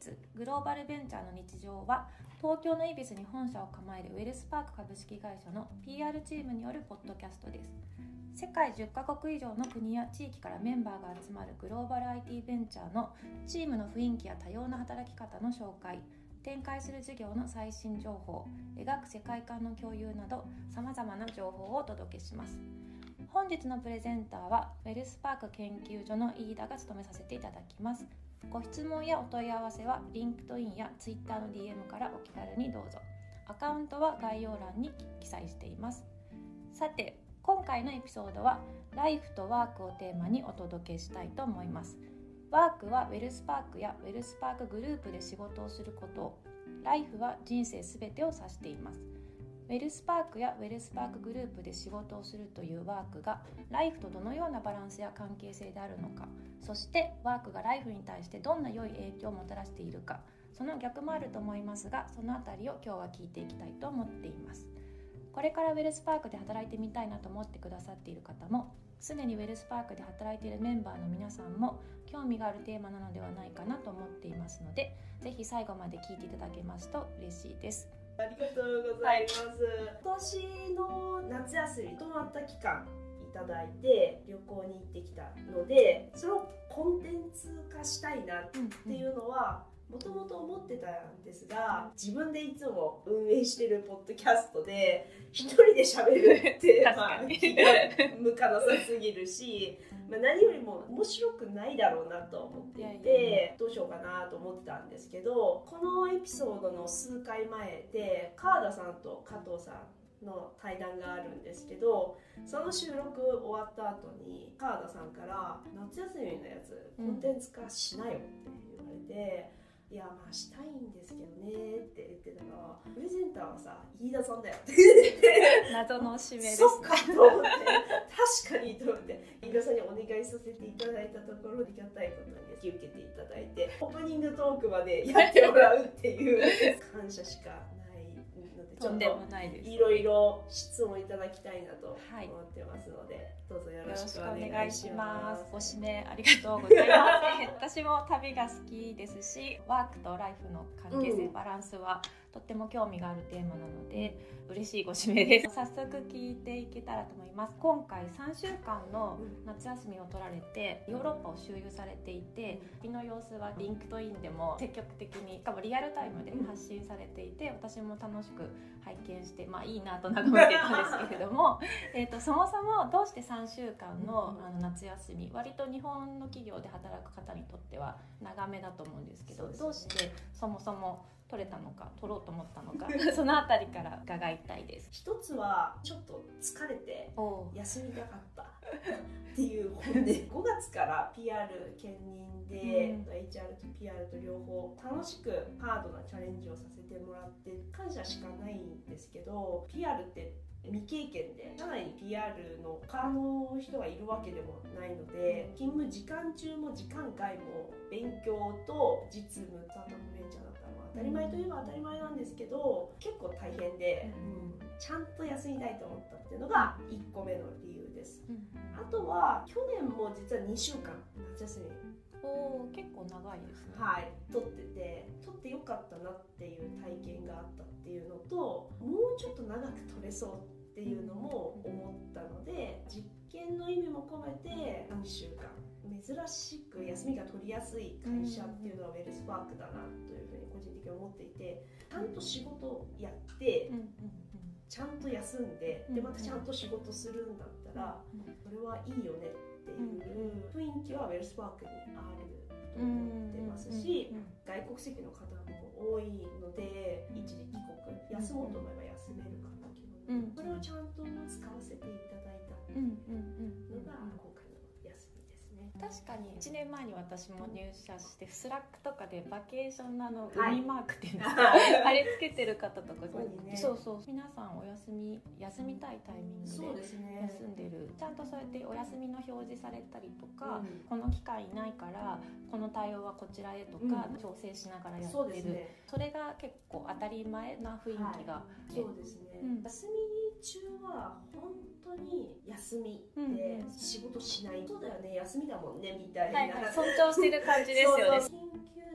日グローバルベンチャーの日常は、東京の恵比寿に本社を構えるウェルスパーク株式会社の PR チームによるポッドキャストです。世界10カ国以上の国や地域からメンバーが集まるグローバル IT ベンチャーのチームの雰囲気や多様な働き方の紹介、展開する事業の最新情報、描く世界観の共有など様々な情報をお届けします。本日のプレゼンターはウェルスパーク研究所の飯田が務めさせていただきます。ご質問やお問い合わせは LinkedIn や Twitter の DM からお気軽にどうぞ。アカウントは概要欄に記載しています。さて、今回のエピソードはライフとワークをテーマにお届けしたいと思います。ワークはウェルスパークやウェルスパークグループで仕事をすることを、ライフは人生すべてを指しています。ウェルスパークやウェルスパークグループで仕事をするというワークがライフとどのようなバランスや関係性であるのか、そしてワークがライフに対してどんな良い影響をもたらしているか、その逆もあると思いますが、そのあたりを今日は聞いていきたいと思っています。これからウェルスパークで働いてみたいなと思ってくださっている方も、すでにウェルスパークで働いているメンバーの皆さんも興味があるテーマなのではないかなと思っていますので、ぜひ最後まで聞いていただけますと嬉しいです。 ありがとうございます。今年の夏休み泊まった期間いただいて旅行に行ってきたので、それをコンテンツ化したいなっていうのはもともと思ってたんですが、自分でいつも運営してるポッドキャストで一人で喋るって気が向かなさすぎるし、何よりも面白くないだろうなと思っていて、どうしようかなと思ってたんですけど、このエピソードの数回前で川田さんと加藤さんの対談があるんですけど、その収録終わった後に川田さんから夏休みのやつコンテンツ化しなよって言われて、いやまあしたいんですけどねって言ってたら、プレゼンターはさ飯田さんだよって言って謎の指名ですね。 そっかと思って、確かにと思って飯田さんにお願いさせていただいたところ、ありがたいことに引き受けていただいて、オープニングトークまでやってもらうっていう感謝しかないので、 とんでもないです。 いろいろ質問いただきたいなと思ってますので、どうぞよろしくお願いします。 ご指名ありがとうございます。私も旅が好きですし、ワークとライフの関係性、バランスはとっても興味があるテーマなので嬉しいご指名です。早速聞いていけたらと思います。今回3週間の夏休みを取られてヨーロッパを周遊されていて、旅の様子はリンクトインでも積極的に、しかもリアルタイムで発信されていて、私も楽しく拝見して、いいなと眺めていたんですけれどもそもそもどうして3週間の夏休み、割と日本の企業で働く方にとっては長めだと思うんですけど、どうしてそもそも取れたのか、取ろうと思ったのかそのあたりから伺いたいです。 一つはちょっと疲れて休みたかったっていう本音。5月から PR 兼任で、HR と PR と両方楽しくハードなチャレンジをさせてもらって感謝しかないんですけど、 PR って未経験で社内に PR の他の人がいるわけでもないので、勤務時間中も時間外も勉強と実務、スタートアップベンチャーだったら当たり前といえば当たり前なんですけど、結構大変で、ちゃんと休みたいと思ったっていうのが1個目の理由です。あとは去年も実は2週間夏休み結構長いですね。 取ってよかったなっていう体験があったっていうのと、もうちょっと長く取れそうっていうのも思ったので、実験の意味も込めて3週間、珍しく休みが取りやすい会社っていうのはウェルスパークだなというふうに個人的に思っていて、ちゃんと仕事をやってちゃんと休んで、またちゃんと仕事するんだったらそれはいいよねっていう雰囲気はウェルスパークにあると思ってますし、外国籍の方も多いので一時帰国、休もうと思えば休める環境、それをちゃんと使わせていただいたっていうのが今回の休みですね。 確かに1年前に私も入社して、スラックとかでバケーションの海マークっていうんですか、貼り付けてる方とかそう皆さん休みたいタイミングで休んでる、ちゃんとそうやってお休みの表示されたりとか、この期間いないからこの対応はこちらへとか、調整しながらやってる、それが結構当たり前な雰囲気が、 そうですね、休み中は本当に休みで仕事しない、そうだよね休みだもんねみたいな、 尊重してる感じですよね。 緊急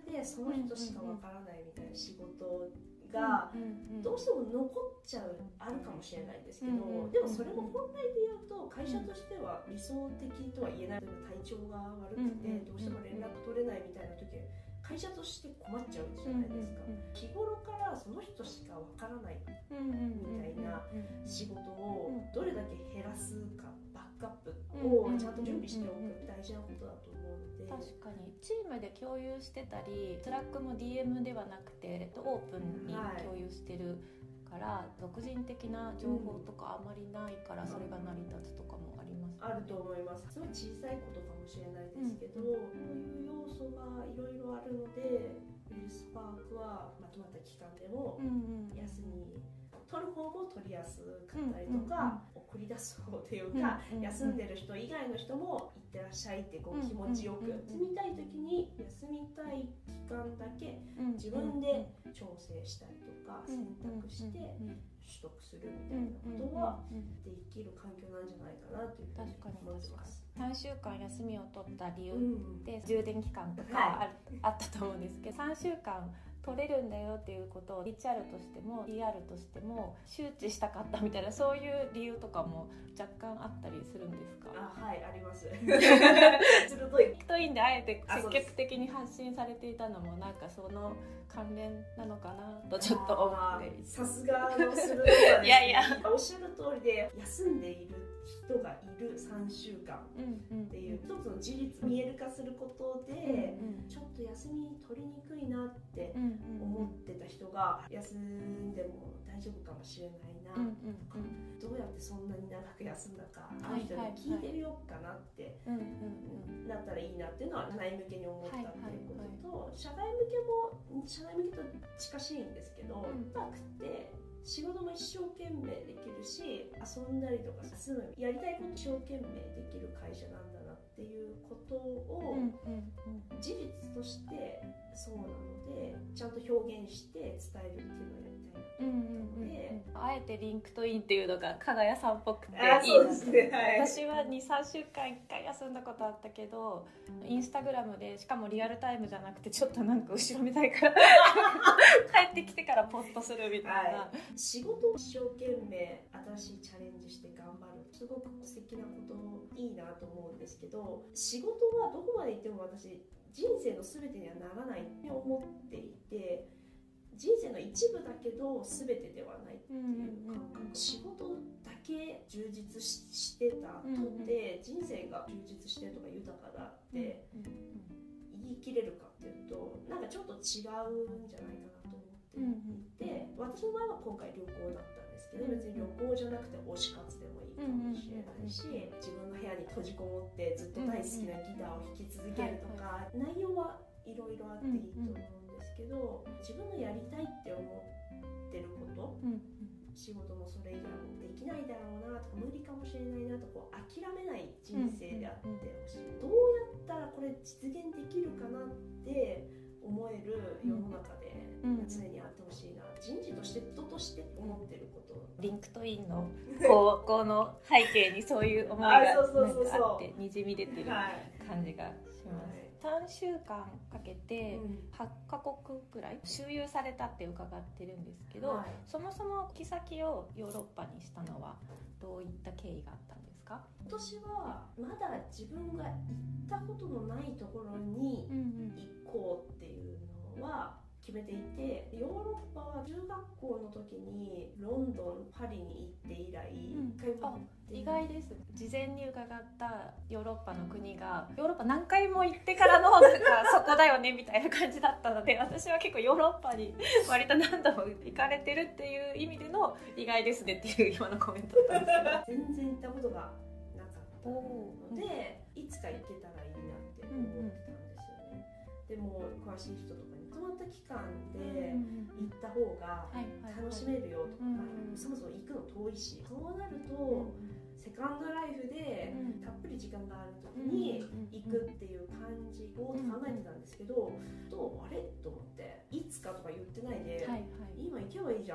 でその人しかわからないみたいな仕事がどうしても残っちゃうあるかもしれないんですけど、でもそれも本来で言うと会社としては理想的とは言えない。体調が悪くてどうしても連絡取れないみたいな時会社として困っちゃうじゃないですか。日頃からその人しかわからないみたいな仕事をどれだけ減らすか、バックアップをちゃんと準備しておく大事なことだと思うので。 確かにチームで共有してたり、スラックも DM ではなくてオープンに共有してるから、独人的な情報とかあまりないから、それが成り立つとかもあります、ね、 あると思います。すごい小さいことかもしれないですけど、こういう要素がいろいろあるので、ウィルスパークはまとまった期間でも休み取る方も取りやすかったりとか、送り出す方というか、休んでる人以外の人も行ってらっしゃいってこう気持ちよく休みたい時に休みたい期間だけ自分で調整したりとか選択して取得するみたいなことはできる環境なんじゃないかなというふうに思ってます。 3週間休みを取った理由って充電期間とかあったと思うんですけど、3週間取れるんだよっていうことを HR としても PR としても周知したかったみたいな、そういう理由とかも若干あったりするんですか？ はい、あります。鋭い。 リンクトインであえて積極的に発信されていたのもなんかその関連なのかなとちょっと思って。 さすがの鋭いですね。 いやいや、 おっしゃる通りで、休んでいる人がいる3週間っていう一つの事実見える化することで、ちょっと休み取りにくいなって思ってた人が休んでも大丈夫かもしれないなとか、どうやってそんなに長く休んだかあの人に聞いてみようかなってなったらいいなっていうのは社内向けに思ったっていうことと、社外向けと近しいんですけど、うまくて仕事も一生懸命できるし、遊んだりとかするやりたいこと一生懸命できる会社なんだなっていうことを事実としてそうなので、ちゃんと表現して伝えるっていうのをやりたいなと思ったので、 あえてリンクトインっていうのが加賀谷さんっぽくていいですね。 私は 2,3 週間1回休んだことあったけど、インスタグラムでしかもリアルタイムじゃなくてちょっとなんか後ろめたいから帰ってきてからポストするみたいな、 仕事を一生懸命新しいチャレンジして頑張る、すごく素敵なこといいなと思うんですけど、仕事はどこまで行っても私人生の全てにはならないって思っていて、人生の一部だけど全てではないっていう感覚、仕事だけ充実してたとって人生が充実してるとか豊かだって言い切れるかっていうと、なんかちょっと違うんじゃないかなと思っていて、私の場合は今回旅行だったんですけど、別に旅行じゃなくて推し活でもいいかもしれないし、自分の部屋に閉じこもってずっと大好きなギターを弾き続けるとか、内容はいろいろあっていいと思うんですけど、自分のやりたいって思ってること、仕事もそれ以外もできないだろうなとか無理かもしれないなとこう諦めない人生であってほしい、どうやったらこれ実現できるかなって思える世の中で常にあってほしいな、人事として人として思ってること。 リンクトインの高校の背景にそういう思いがなんかあってにじみ出てる感じがします。3週間かけて8カ国くらい周遊されたって伺ってるんですけど、そもそも行き先をヨーロッパにしたのはどういった経緯があったんですか？ 今年はまだ自分が行ったことのないところに行こうっていうのは決めていて、ヨーロッパは中学校の時にロンドン、パリに行って以来1回も行って意外です。事前に伺ったヨーロッパの国がヨーロッパ何回も行ってからのなんかそこだよねみたいな感じだったので、私は結構ヨーロッパに割と何度も行かれてるっていう意味での意外ですねっていう今のコメントだったんですけど全然行ったことがなかったので、いつか行けたらいいなって思ってたんですよね。でも詳しい人とかに泊まった期間で行った方が楽しめるよとか、そもそも行くの遠いし、そうなるとセカンドライフでたっぷり時間がある時に行くっていう感じを考えてたんですけど、あれと思って、いつかとか言ってないで、今行けばいいじゃん、今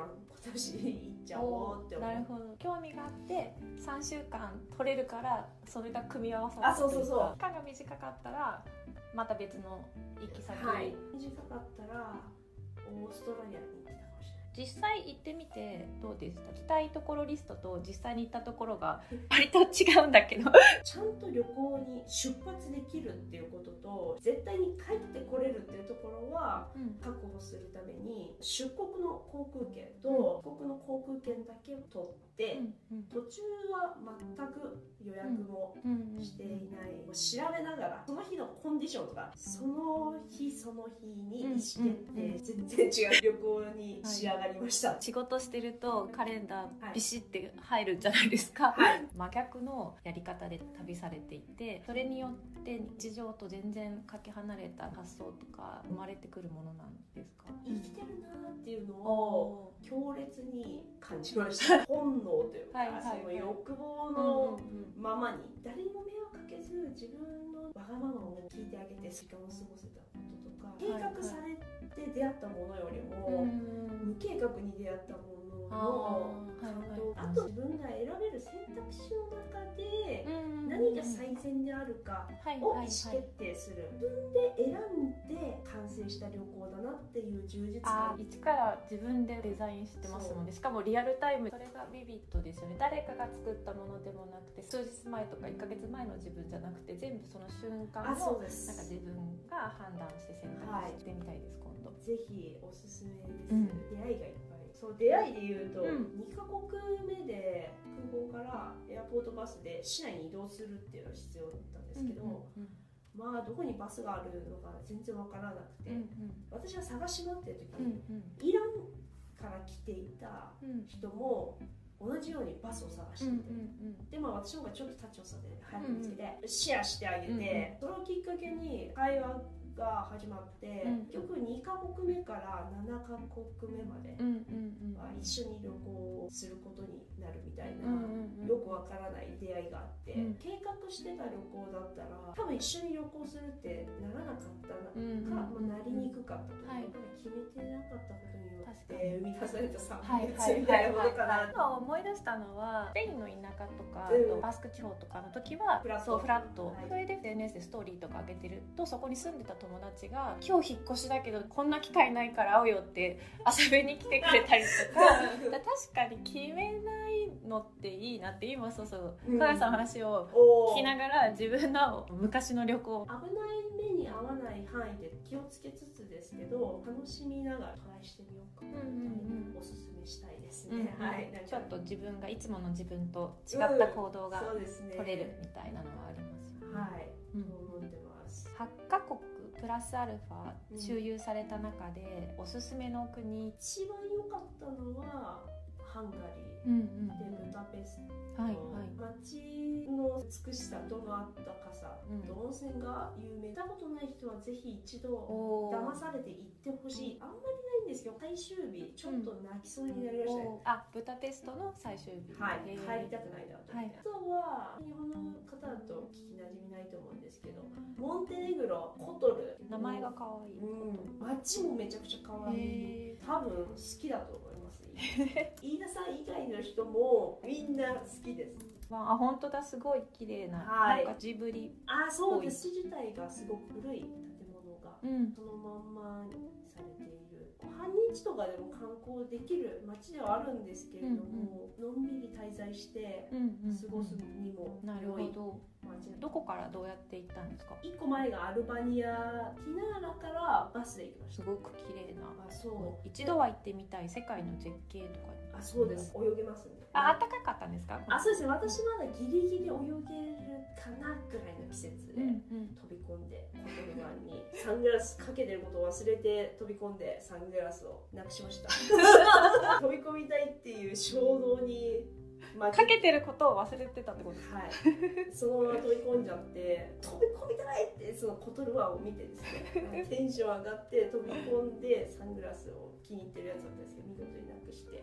今年行っちゃおうって思う。 なるほど。興味があって3週間取れるからそれが組み合わさって、 そうそうそう。 期間が短かったらまた別の行き先、 はい、短かったらオーストラリアに行ってたかもしれない。 実際行ってみてどうでした？行きたいところリストと実際に行ったところが割と違うんだけどちゃんと旅行に出発できるっていうことと絶対に帰ってこれるっていうところは確保するために出国の航空券と帰国の航空券だけを取って、途中は全く予約もしていない、調べながらその日のコンディションとかその日その日に意思決定、全然違う旅行に仕上がりました。 仕事してるとカレンダービシって入るじゃないですか、真逆のやり方で旅されていて、それによって日常と全然かけ離れた発想とか生まれてくるものなんですか？ 生きてるなっていうのを強烈に感じました本能というか、その欲望のままに誰にも迷惑かけず自分のわがままを聞いてあげて時間を過ごせたこととか、計画されて出会ったものよりも無計画に出会ったものの感動、あと自分が選べる選択肢の中で何が最善であるかを意思決定する、自分で選んで完成した旅行だなっていう充実感。 一から自分でデザインしてますので、しかもリアルタイム、それがビビッドですよね。誰かが作ったものでもなくて数日前とか1ヶ月前の自分じゃなくて全部その瞬間のなんか自分が判断して選択してみたいです、今度。 ぜひおすすめです、出会いがいっぱい。そう、出会いでいうと、2カ国目で空港からエアポートバスで市内に移動するっていうのが必要だったんですけど、まあどこにバスがあるのか全然わからなくて、私が探し回ってる時に、イランから来ていた人も同じようにバスを探していて、でまあ私の方がちょっとタッチをさせて早く見つけて、シェアしてあげて、それをきっかけに会話が始まって、結局2カ国目から7カ国目まで一緒に旅行することになるみたいな、よくわからない出会いがあって、計画してた旅行だったら多分一緒に旅行するってならなかったか、なりにくかったとか、決めてなかったことによって生み出された産物みたいなものかな。 今思い出したのはスペインの田舎とか、あとバスク地方とかの時はフラット、それで SNS でストーリーとか上げてると、そこに住んでた友達が今日引っ越しだけどこんな機会ないから会うよって遊びに来てくれたりとか確かに決めないのっていいなって、今そう加賀さんの話を聞きながら自分の昔の旅行、 危ない目に遭わない範囲で気をつけつつですけど楽しみながらトライしてみようかな、おすすめしたいですね。 ちょっと自分がいつもの自分と違った行動が取れるみたいなのはありますよね。 そう思ってます。 8カ国プラスアルファ周遊された中で、おすすめの国、 一番良かったのはハンガリーでブダペスト、街の美しさ、度のあったかさ、温泉が有名。行ったことない人はぜひ一度騙されて行ってほしい。あんまりないんですけど、最終日ちょっと泣きそうになりましたね。 ブダペストの最終日、 帰りたくないなと思って。あとは日本の方だと聞きなじみないと思うんですけど、モンテネグロ、コトル、 名前が可愛い、 街もめちゃくちゃ可愛い。多分好きだと思います。飯田さん以外の人もみんな好きです。 本当だ、すごい綺麗な、なんかジブリ。 そうです。自体がすごく古い建物がそのまんまにされている。半日とかでも観光できる街ではあるんですけれども、のんびり滞在して過ごすにも良い。 どこからどうやって行ったんですか ？1個前がアルバニア、ティナーラからバスで行きました。 すごく綺麗な。一度は行ってみたい世界の絶景とか。 そうです。泳げますね。 暖かかったんですか？ そうですね。私まだギリギリ泳げるかなぐらいの季節で飛び込んで、コトル湾にサングラスかけてることを忘れて飛び込んでサングラスをなくしました飛び込みたいっていう衝動にかけてることを忘れてたってことです。そのまま飛び込んじゃって飛び込みたいってそのコトル湾を見てですねテンション上がって飛び込んでサングラスを気に入ってるやつだったんですけど見事になくして。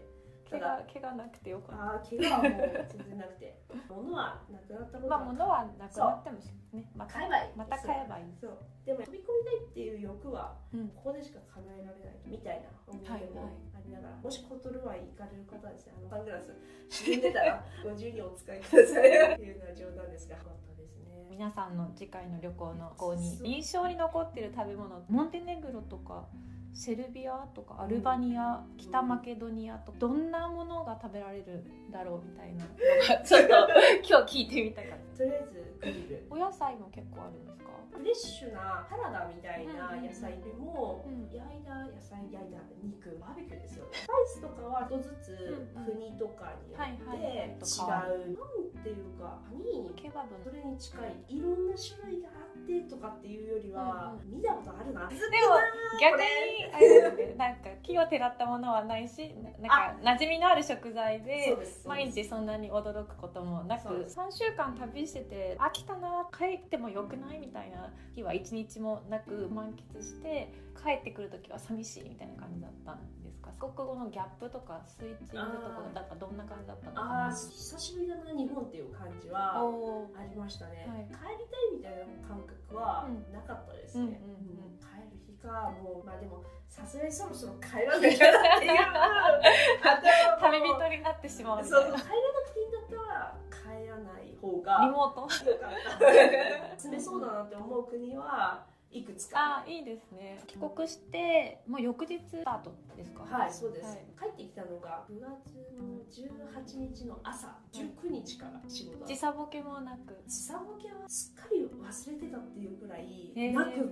怪我なくてよかった。 怪我はもう全然なくて物はなくなったことは、 物はなくなってもね、 買えばいい、 また買えばいい。 そうでも飛び込みたいっていう欲はここでしか叶えられないみたいな思い出もありながら、もしコトルワ行かれる方はですね、サングラス沈んでたらご自由にお使いくださいっていうのは冗談ですが、よかったですね。 皆さんの次回の旅行の後に印象に残っている食べ物、モンテネグロとかセルビアとかアルバニア、北マケドニアとどんなものが食べられるだろうみたいなのがちょっと今日聞いてみたかった。 とりあえずグリル、 お野菜も結構あるんですか？ フレッシュなサラダみたいな野菜でも、焼いた野菜、焼いた肉、バーベキューですよね。スパイスとかはちょっとずつ国とかによって違う、なんていうかケバブのそれに近いいろんな種類があってとかっていうよりは、見たことあるな。でも逆にあれですね、なんか木をてらったものはないし、なんか馴染みのある食材で毎日そんなに驚くこともなく、3週間旅してて飽きたな、帰ってもよくないみたいな日は1日もなく満喫して、帰ってくるときは寂しいみたいな感じだったんですか？帰国後のギャップとかスイッチングとかだったらどんな感じだったのかな？ 久しぶりだな日本っていう感じはありましたね、帰りたいみたいな感覚はなかったですね。帰る日か、もうでもさすがにそろそろ帰らなきゃなっていう旅人になってしまうみたいな。 そう、帰らなくていいんだったら帰らない方がリモート住めそうだなって思う国はいくつか。 いいですね。帰国してもう翌日スタートですか？ はい、そうです、帰ってきたのが9月の18日の朝、19日から仕事。 時差ボケもなく。 時差ボケはすっかり忘れてたっていうくらいなくって、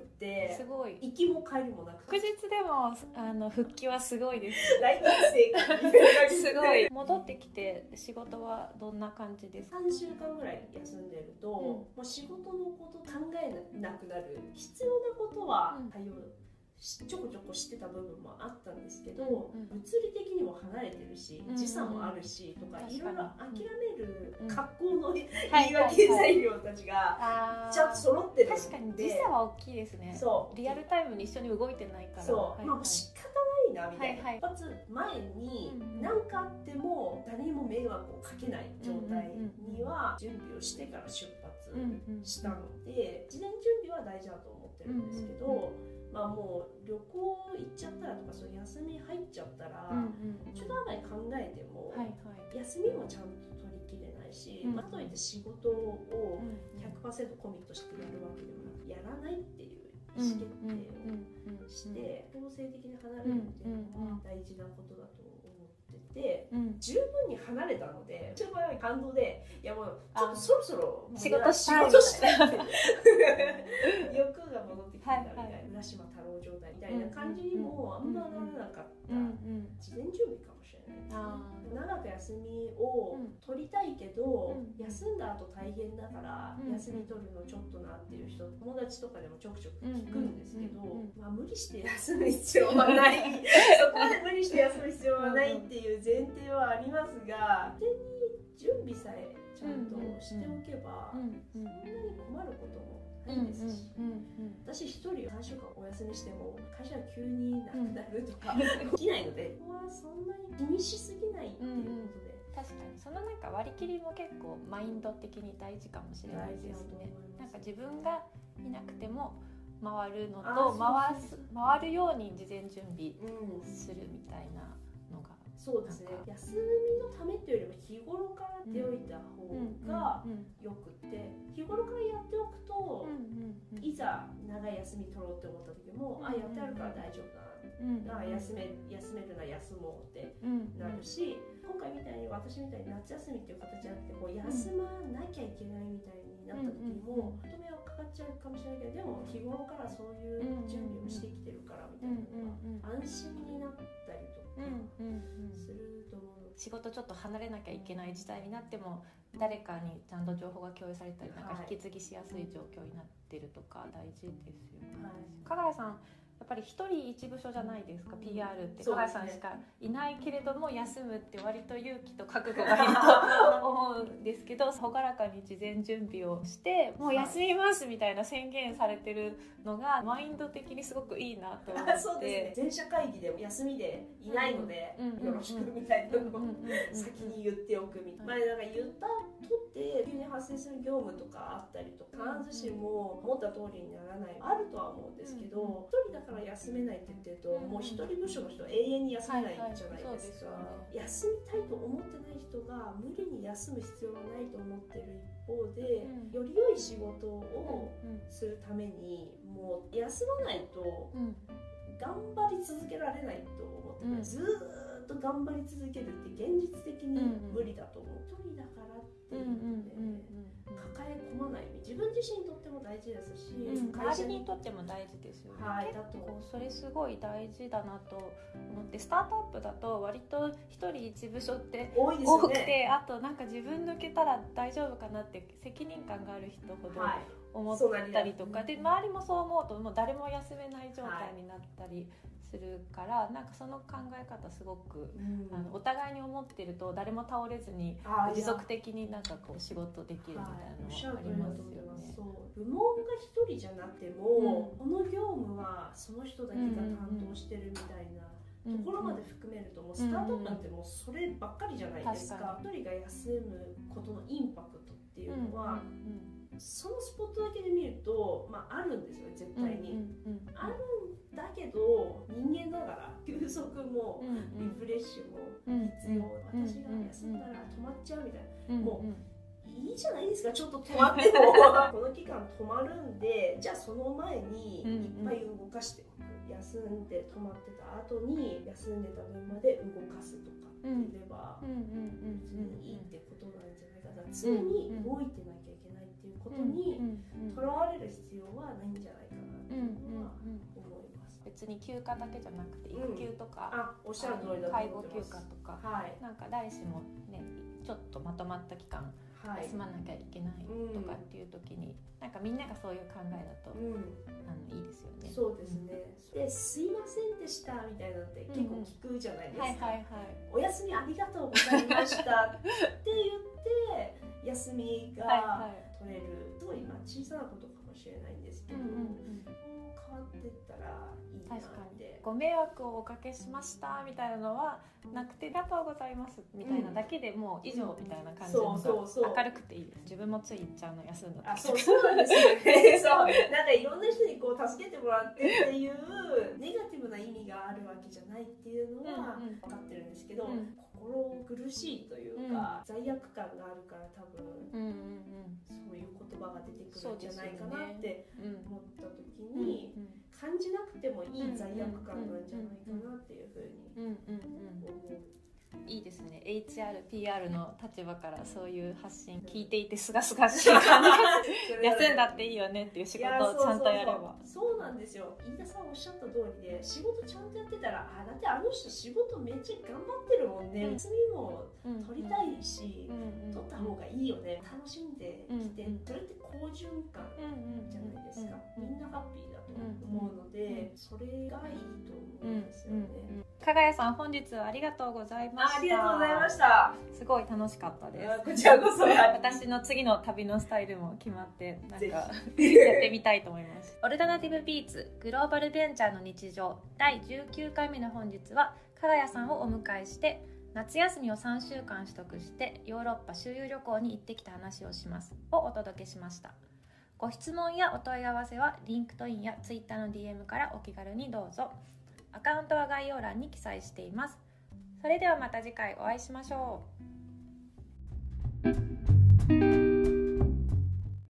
すごい。 行きも帰りもなくて。 翌日でも復帰はすごいです。 大学生活すごい。戻ってきて仕事はどんな感じですか ？3週間ぐらい休んでると、もう仕事のこと考えなくなる。必要なことは対応ちょこちょこしてた部分もあったんですけど、物理的にも離れてるし、時差もあるしとか、いろいろ諦める格好の言い訳材料たちがちゃんと揃ってるんで。 確かに時差は大きいですね。そう、リアルタイムに一緒に動いてないから。 そう、仕方ないなみたいな。一発前に何かあっても誰にも迷惑をかけない状態には準備をしてから出発したので、事前準備は大事だと思ってるんですけど、もう旅行行っちゃったらとか、そう休み入っちゃったら、中途半端に考えても、休みもちゃんと取りきれないし、かといって仕事を 100% コミットしてやるわけでもなく、やらないっていう意思決定をして強制的に離れるっていうのは大事なことだと思ってて、十分に離れたので、私の場合は感動で、いやもうちょっとそろそろ仕事したいって欲が戻ってきたみたいな、浦島太郎状態みたいな感じにもあんまならなかった事前準備かもしれないですね。長く休みを取りたいけど、休んだ後大変だから休み取るのちょっとなっていう人、友達とかでもちょくちょく聞くんですけど、無理して休む必要はないそこまで無理して休む必要はないっていう前提はありますが、事前に準備さえちゃんとしておけば、そんなに困ることもないですし、私一人3週間お休みしても会社が急になくなるとか起きないので、ここはそんなに気にしすぎないっていうことで、 確かにそのなんか割り切りも結構マインド的に大事かもしれないですね。なんか自分がいなくても回るのと回るように事前準備するみたいなのが、 そうですね、休みのためっていうよりも日頃からやっておいた方がよくて、日頃からやっておくと、いざ長い休み取ろうって思った時も、やってあるから大丈夫だな、休めるなら休もうってなるし、今回みたいに私みたいに夏休みっていう形じゃなくて、こう休まなきゃいけないみたいになった時にも止めはかかっちゃうかもしれないけど、でも日頃からそういう準備をしてきてるからみたいなのが安心になったりとかすると思う。 仕事ちょっと離れなきゃいけない事態になっても誰かにちゃんと情報が共有されたり、なんか引き継ぎしやすい状況になってるとか大事ですよね。加賀谷さんぱり一人一部署じゃないですか、PR ってそうですね加賀さんしかいないけれども休むって割と勇気と覚悟がいると思うんですけど朗らかに事前準備をしてもう休みますみたいな宣言されてるのがマインド的にすごくいいなと思ってそうですね、全社会議で休みでいないので、よろしくみたいなのを先に言っておくみたいな、まあ、なんか言ったとって急に発生する業務とかあったりとか必ずしも思った通りにならないあるとは思うんですけど、一人だから休めないって言ってるともう一人部署の人は永遠に休めないじゃないですか。休みたいと思ってない人が無理に休む必要がないと思ってる一方で、より良い仕事をするためにもう休まないと頑張り続けられないと思ってます、ずーっと頑張り続けるって現実的に無理だと思う。一人だからっていうので抱え込まない、自分自身にとっても大事ですし、 周りにとっても大事ですよね、結構それすごい大事だなと思って、スタートアップだと割と一人一部署って多くて、あとなんか自分抜けたら大丈夫かなって責任感がある人ほど思ったりとかで、周りもそう思うともう誰も休めない状態になったりするから、なんかその考え方すごく、お互いに思ってると誰も倒れずに持続的になんかこう仕事できるみたいなのもありますよね。 部門が一人じゃなくても、この業務はその人だけが担当してるみたいなところまで含めると、もうスタートアップなんてもうそればっかりじゃないですか。一人が休むことのインパクトっていうのは、そのスポットだけで見ると、まあ、あるんですよね、絶対に、あるんだけど人間だから休息もリフレッシュも必要、私が休んだら止まっちゃうみたいな、もういいじゃないですか、ちょっと止まってもこの期間止まるんで、じゃあその前にいっぱい動かしておく、休んで止まってた後に休んでた分まで動かすとかっていれば別にいいってことなんじゃないかな。常に動いてなきゃいけないっていうことにとらわれる必要はないんじゃないかなっていうのは思います。 別に休暇だけじゃなくて育休とか、 おっしゃる通りだと介護思ってます。 休暇とか、なんか誰しもねちょっとまとまった期間休まなきゃいけないとかっていう時に、なんかみんながそういう考えだと、いいですよね。 そうですね、ですいませんでしたみたいなのって結構聞くじゃないですか。お休みありがとうございましたって言って休みが取れる、すごい小さなことかもしれないんですけど、変わってったらいいなって。 ご迷惑をおかけしましたみたいなのはなくて、ありがとうございますみたいなだけでもう以上みたいな感じのが明るくていいです。自分もつい言っちゃうの休んだ時。 そうなんですよね。そう、なんかいろんな人にこう助けてもらってっていうネガティブな意味があるわけじゃないっていうのは分かってるんですけど、心苦しいというか、罪悪感があるから多分、そういう言葉が出てくるんじゃないかなって思った時に、感じなくてもいい罪悪感なんじゃないかなっていうふうに思う。 いいですね。 HR、PR の立場からそういう発信聞いていてすがすがしい感じ休んだっていいよねっていう仕事をちゃんとやれば。 そうなんですよ。飯田さんおっしゃった通りで、仕事ちゃんとやってたら、だってあの人仕事めっちゃ頑張ってるもんね、休みも取りたいし、取った方がいいよね、楽しんできて、それって好循環じゃないですか。みんなハッピーだと思うので、それがいいと思うんですよね。 加賀谷さん、本日はありがとうございました。 ありがとうございました。 すごい楽しかったです。 こちらこそ。 私の次の旅のスタイルも決まって、なんかやってみたいと思います。オルタナティブビーツグローバルベンチャーの日常第19回目の本日は加賀谷さんをお迎えして、夏休みを3週間取得してヨーロッパ周遊旅行に行ってきた話をしますをお届けしました。ご質問やお問い合わせはリンクトインやツイッターの DM からお気軽にどうぞ。アカウントは概要欄に記載しています。それではまた次回お会いしましょう。